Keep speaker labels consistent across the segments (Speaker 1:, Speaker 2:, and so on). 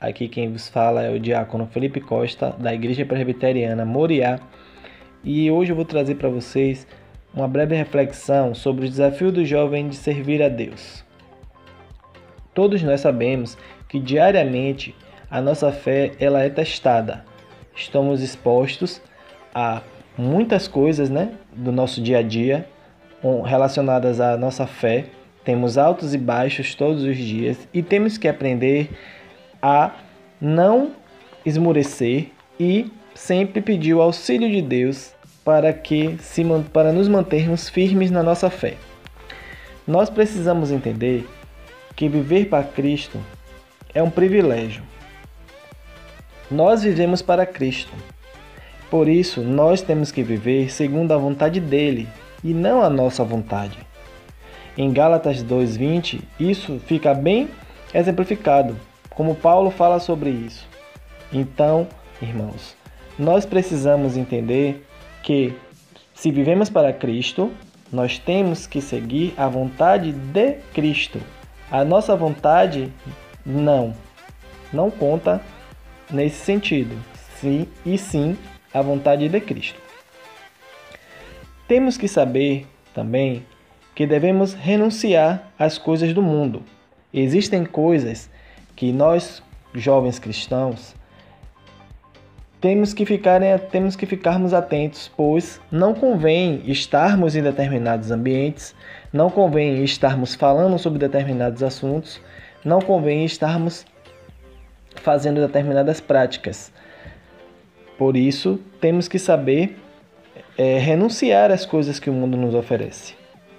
Speaker 1: Aqui quem vos fala é o diácono Felipe Costa, da Igreja Presbiteriana Moriá, e hoje eu vou trazer para vocês uma breve reflexão sobre o desafio do jovem de servir a Deus. Todos nós sabemos que diariamente a nossa fé ela é testada. Estamos expostos a muitas coisas, do nosso dia a dia relacionadas à nossa fé. Temos altos e baixos todos os dias e temos que aprender a não esmorecer e sempre pedir o auxílio de Deus para nos mantermos firmes na nossa fé. Nós precisamos entender que viver para Cristo é um privilégio. Nós vivemos para Cristo. Por isso, nós temos que viver segundo a vontade dele e não a nossa vontade. Em Gálatas 2:20, isso fica bem exemplificado, como Paulo fala sobre isso. Então, irmãos, nós precisamos entender que, se vivemos para Cristo, nós temos que seguir a vontade de Cristo. A nossa vontade não conta nesse sentido, sim a vontade de Cristo. Temos que saber também que devemos renunciar às coisas do mundo. Existem coisas que nós, jovens cristãos, temos que ficarmos atentos, pois não convém estarmos em determinados ambientes, não convém estarmos falando sobre determinados assuntos, não convém estarmos fazendo determinadas práticas. Por isso, temos que saber renunciar às coisas que o mundo nos oferece.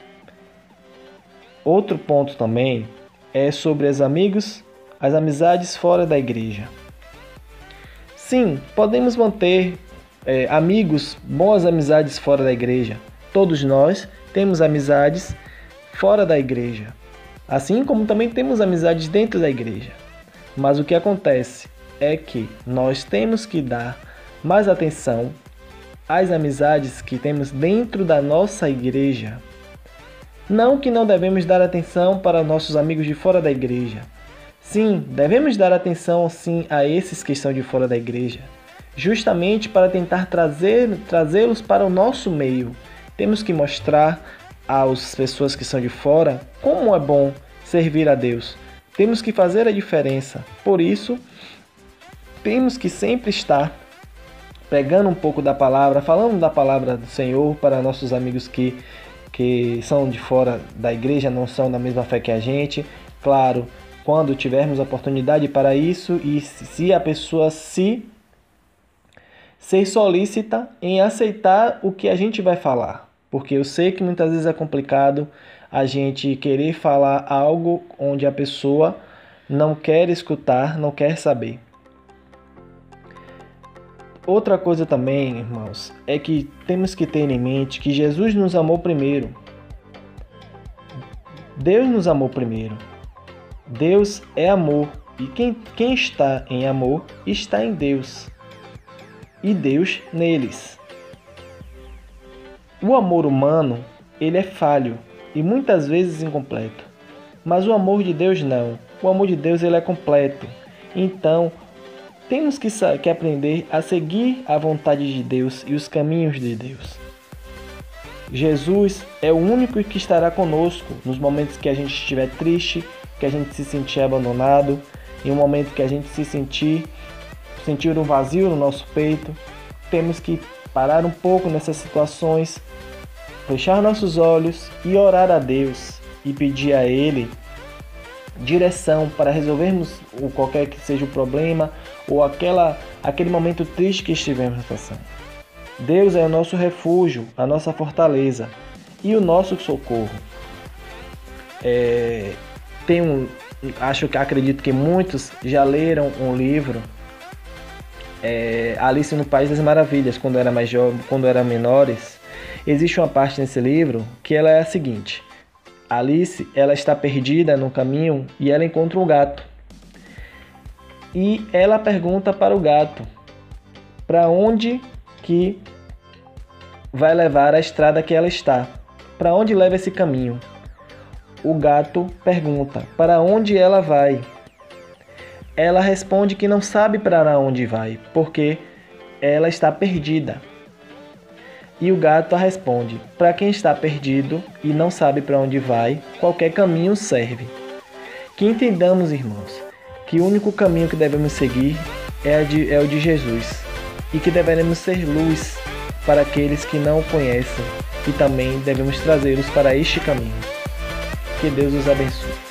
Speaker 1: Outro ponto também é sobre as amizades fora da igreja. Sim, podemos manter boas amizades fora da igreja. Todos nós temos amizades fora da igreja, assim como também temos amizades dentro da igreja. Mas o que acontece é que nós temos que dar mais atenção às amizades que temos dentro da nossa igreja. Não que não devemos dar atenção para nossos amigos de fora da igreja. Sim, devemos dar atenção sim a esses que estão de fora da igreja, justamente para tentar trazê-los para o nosso meio. Temos que mostrar às pessoas que são de fora como é bom servir a Deus. Temos que fazer a diferença. Por isso, temos que sempre estar pregando um pouco da palavra, falando da palavra do Senhor para nossos amigos que são de fora da igreja, não são da mesma fé que a gente. Claro, quando tivermos oportunidade para isso e se a pessoa ser solícita em aceitar o que a gente vai falar. Porque eu sei que muitas vezes é complicado a gente querer falar algo onde a pessoa não quer escutar, não quer saber. Outra coisa também, irmãos, é que temos que ter em mente que Jesus nos amou primeiro. Deus nos amou primeiro. Deus é amor e quem está em amor está em Deus e Deus neles. O amor humano, ele é falho e muitas vezes incompleto, mas o amor de Deus não. O amor de Deus ele é completo. Então, temos que aprender a seguir a vontade de Deus e os caminhos de Deus. Jesus é o único que estará conosco nos momentos que a gente estiver triste, que a gente se sentir abandonado, em um momento que a gente sentir um vazio no nosso peito. Temos que parar um pouco nessas situações, fechar nossos olhos e orar a Deus e pedir a Ele direção para resolvermos qualquer que seja o problema ou aquele momento triste que estivermos passando. Deus é o nosso refúgio, a nossa fortaleza e o nosso socorro. Acredito que muitos já leram um livro, Alice no País das Maravilhas, quando era mais jovem, quando eram menores. Existe uma parte nesse livro que ela é a seguinte: Alice, ela está perdida no caminho e ela encontra um gato. E ela pergunta para o gato para onde que vai levar a estrada que ela está. Para onde leva esse caminho? O gato pergunta para onde ela vai. ela responde que não sabe para onde vai, porque ela está perdida. E o gato responde: para quem está perdido e não sabe para onde vai, qualquer caminho serve. Que entendamos, irmãos, que o único caminho que devemos seguir é o de Jesus, e que devemos ser luz para aqueles que não o conhecem, e também devemos trazê-los para este caminho. Que Deus os abençoe.